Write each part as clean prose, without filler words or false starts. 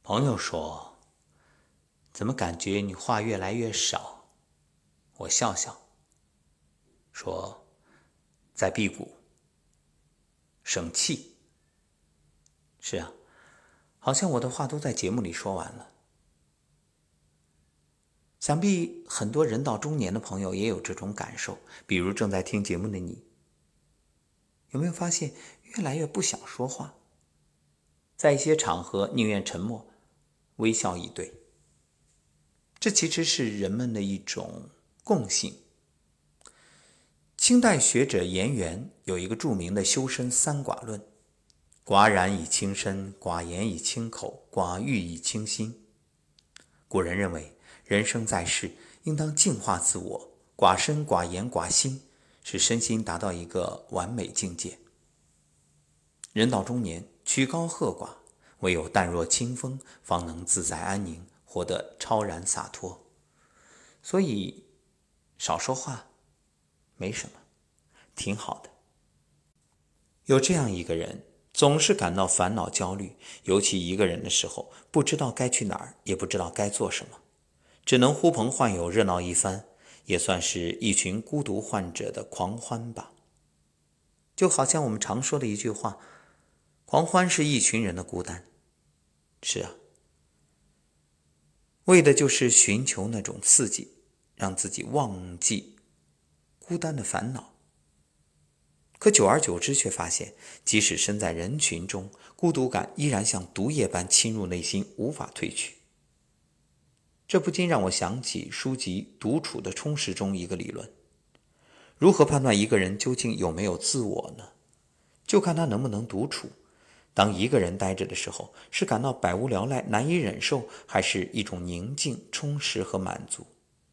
朋友说：怎么感觉你话越来越少？我笑笑说：在辟谷，省气。是啊，好像我的话都在节目里说完了。想必很多人到中年的朋友也有这种感受，比如正在听节目的你，有没有发现越来越不想说话？在一些场合宁愿沉默，微笑以对。这其实是人们的一种共性。清代学者颜元有一个著名的修身三寡论：寡染以清身，寡言以清口，寡欲以清心。古人认为，人生在世，应当净化自我，寡身、寡言、寡心，使身心达到一个完美境界。人到中年，曲高和寡，唯有淡若清风，方能自在安宁，活得超然洒脱。所以，少说话，没什么，挺好的。有这样一个人，总是感到烦恼焦虑，尤其一个人的时候，不知道该去哪儿，也不知道该做什么，只能呼朋唤友热闹一番，也算是一群孤独患者的狂欢吧。就好像我们常说的一句话，狂欢是一群人的孤单。是啊，为的就是寻求那种刺激，让自己忘记孤单的烦恼。可久而久之却发现，即使身在人群中，孤独感依然像毒液般侵入内心，无法褪去。这不禁让我想起书籍《独处的充实》中一个理论：如何判断一个人究竟有没有自我呢？就看他能不能独处。当一个人待着的时候，是感到百无聊赖、难以忍受，还是一种宁静、充实和满足？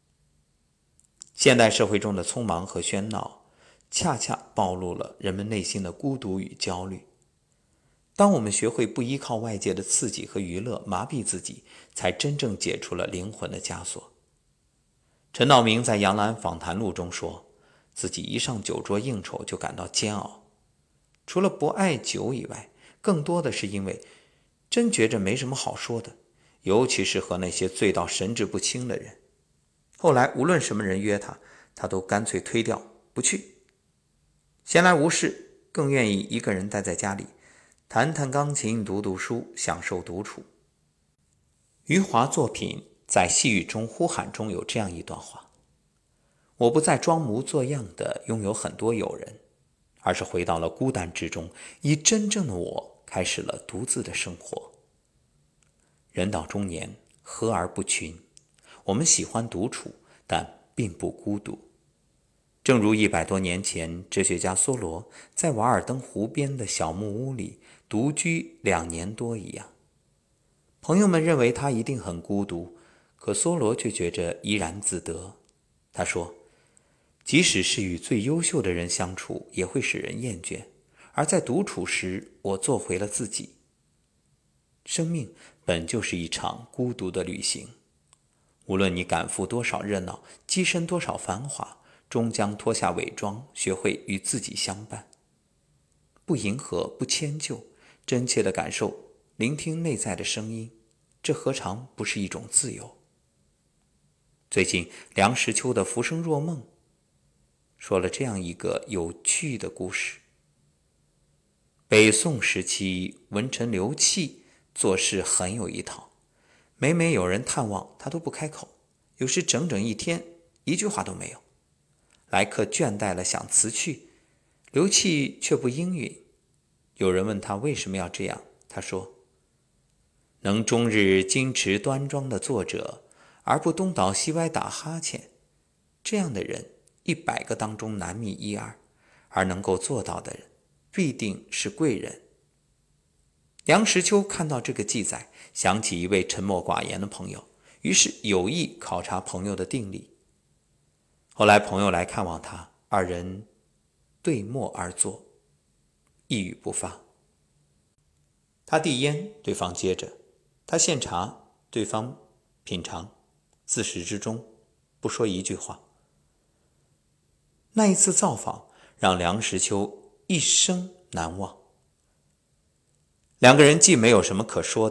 现代社会中的匆忙和喧闹，恰恰暴露了人们内心的孤独与焦虑。当我们学会不依靠外界的刺激和娱乐麻痹自己，才真正解除了灵魂的枷锁。陈道明在《杨澜访谈录》中说，自己一上酒桌应酬就感到煎熬，除了不爱酒以外，更多的是因为真觉着没什么好说的，尤其是和那些醉到神志不清的人。后来无论什么人约他，他都干脆推掉，不去。闲来无事，更愿意一个人待在家里，弹弹钢琴，读读书，享受独处。余华作品在细雨中呼喊中有这样一段话：我不再装模作样的拥有很多友人，而是回到了孤单之中，以真正的我开始了独自的生活。人到中年，和而不群，我们喜欢独处，但并不孤独。正如100多年前哲学家梭罗在瓦尔登湖边的小木屋里独居2年多一样。朋友们认为他一定很孤独，可梭罗却觉着怡然自得。他说，即使是与最优秀的人相处，也会使人厌倦，而在独处时，我做回了自己。生命本就是一场孤独的旅行，无论你赶赴多少热闹，跻身多少繁华，终将脱下伪装，学会与自己相伴。不迎合，不迁就，真切地感受，聆听内在的声音，这何尝不是一种自由？最近梁实秋的《浮生若梦》说了这样一个有趣的故事。北宋时期，文臣刘契做事很有一套，每每有人探望，他都不开口，有时整整一天，一句话都没有。来客倦怠了，想辞去，刘契却不应允。有人问他为什么要这样，他说，能终日矜持端庄的坐着，而不东倒西歪打哈欠，这样的人100个当中难觅1、2，而能够做到的人必定是贵人。梁实秋看到这个记载，想起一位沉默寡言的朋友，于是有意考察朋友的定力。后来朋友来看望他，2人对默而坐，一语不发。他递烟，对方接着；他献茶，对方品尝，自始至终不说一句话。那一次造访让梁实秋一生难忘。2个人既没有什么可说的，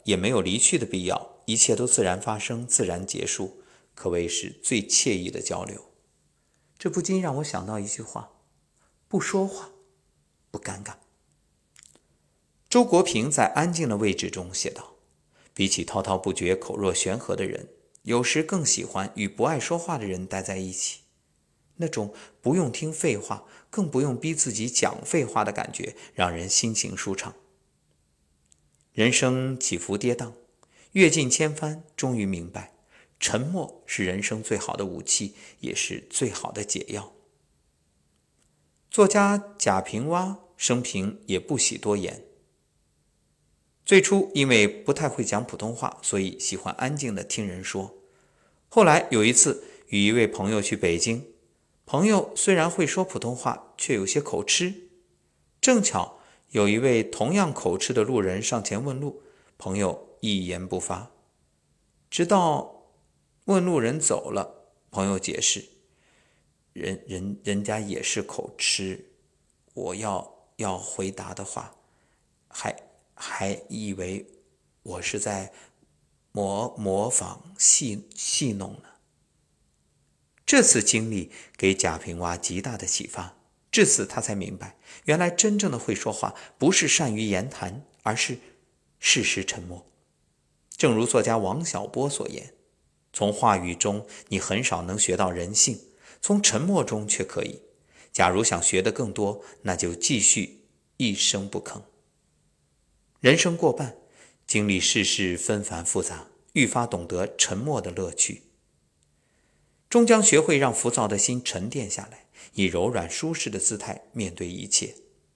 也没有离去的必要，一切都自然发生，自然结束，可谓是最惬意的交流。这不禁让我想到一句话：不说话，不尴尬。周国平在《安静的位置》中写道，比起滔滔不绝、口若悬河的人，有时更喜欢与不爱说话的人待在一起。那种不用听废话，更不用逼自己讲废话的感觉，让人心情舒畅。人生起伏跌宕，阅尽千帆，终于明白，沉默是人生最好的武器，也是最好的解药。作家贾平凹生平也不喜多言。最初因为不太会讲普通话，所以喜欢安静地听人说。后来有一次与一位朋友去北京，朋友虽然会说普通话，却有些口吃。正巧有一位同样口吃的路人上前问路，朋友一言不发。直到问路人走了，朋友解释，人家也是口吃，我要回答的话，还以为我是在模仿戏弄呢。这次经历给贾平凹极大的启发，至此他才明白，原来真正的会说话不是善于言谈，而是适时沉默。正如作家王小波所言，从话语中你很少能学到人性，从沉默中却可以。假如想学得更多，那就继续一声不吭。人生过半，经历世事纷繁复杂，愈发懂得沉默的乐趣，终将学会让浮躁的心沉淀下来，以柔软舒适的姿态面对一切。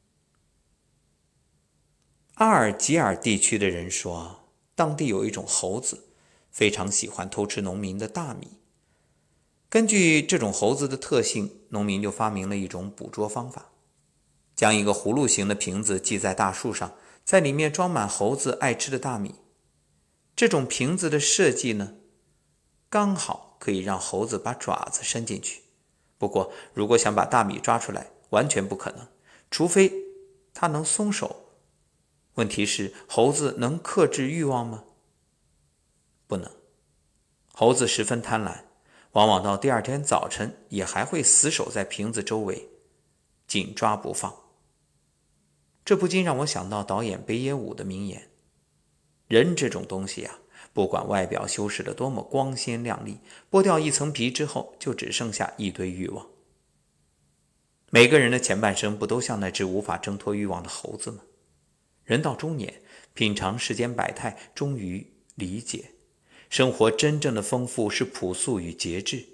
阿尔及尔地区的人说，当地有一种猴子，非常喜欢偷吃农民的大米。根据这种猴子的特性，农民就发明了一种捕捉方法，将一个葫芦形的瓶子系在大树上，在里面装满猴子爱吃的大米。这种瓶子的设计呢，刚好可以让猴子把爪子伸进去。不过，如果想把大米抓出来，完全不可能，除非它能松手。问题是，猴子能克制欲望吗？不能。猴子十分贪婪，往往到第二天早晨也还会死守在瓶子周围，紧抓不放。这不禁让我想到导演北野武的名言：人这种东西啊，不管外表修饰得多么光鲜亮丽，剥掉一层皮之后，就只剩下一堆欲望。每个人的前半生不都像那只无法挣脱欲望的猴子吗？人到中年，品尝世间百态，终于理解，生活真正的丰富是朴素与节制。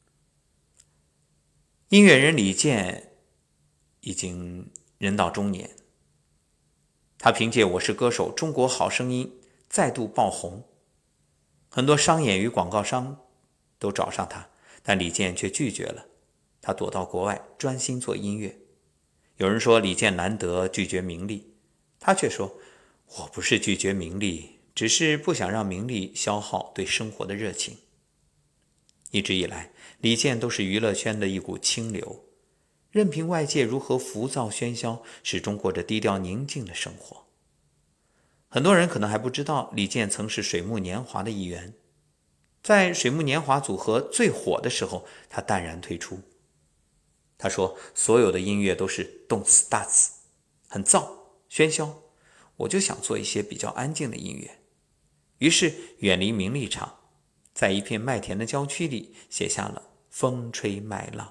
音乐人李健已经人到中年，他凭借《我是歌手》《中国好声音》再度爆红，很多商演与广告商都找上他，但李健却拒绝了，他躲到国外专心做音乐。有人说李健难得拒绝名利，他却说，我不是拒绝名利，只是不想让名利消耗对生活的热情。一直以来，李健都是娱乐圈的一股清流，任凭外界如何浮躁喧嚣，始终过着低调宁静的生活。很多人可能还不知道，李健曾是水木年华的一员。在水木年华组合最火的时候，他淡然退出。他说，所有的音乐都是动次大次，很燥喧嚣，我就想做一些比较安静的音乐。于是远离名利场，在一片麦田的郊区里写下了《风吹麦浪》。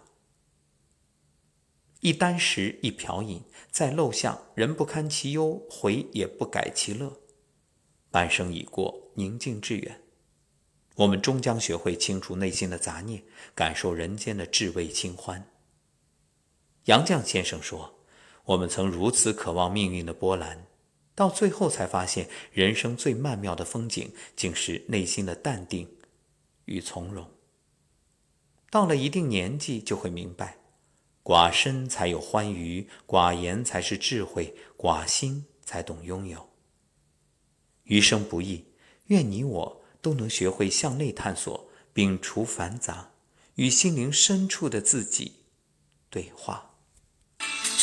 一箪食，一瓢饮，在陋巷，人不堪其忧，回也不改其乐。半生已过，宁静致远。我们终将学会清除内心的杂念，感受人间的至味清欢。杨绛先生说，我们曾如此渴望命运的波澜，到最后才发现，人生最曼妙的风景，竟是内心的淡定与从容。到了一定年纪，就会明白，寡身才有欢愉，寡言才是智慧，寡心才懂拥有。余生不易，愿你我都能学会向内探索，摒除繁杂，与心灵深处的自己对话。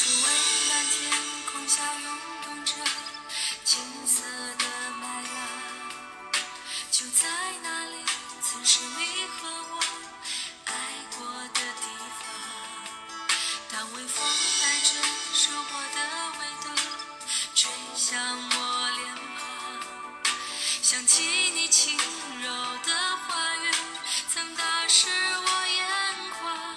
远处蔚蓝天空下涌动着金色的麦浪， 就在那里，曾是你和我爱过的地方。当微风带着收获的味道吹向我脸庞，想起你轻柔的话语，曾打湿我眼眶。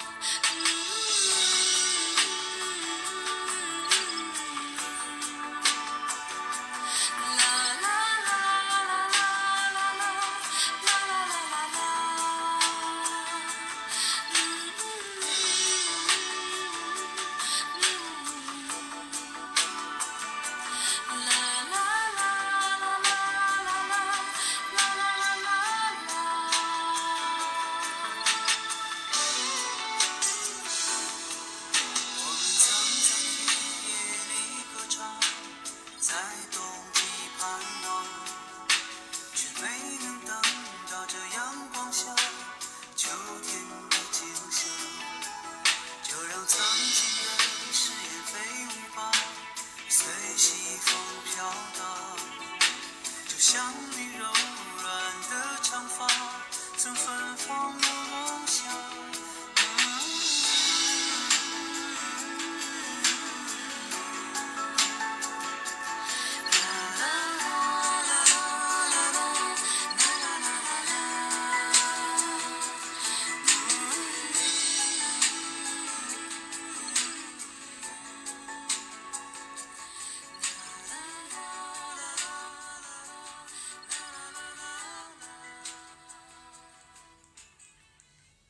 在冬季盼望，却没能等到这阳光下秋天的景象。就让曾经的誓言飞舞吧，随西风飘荡，就像你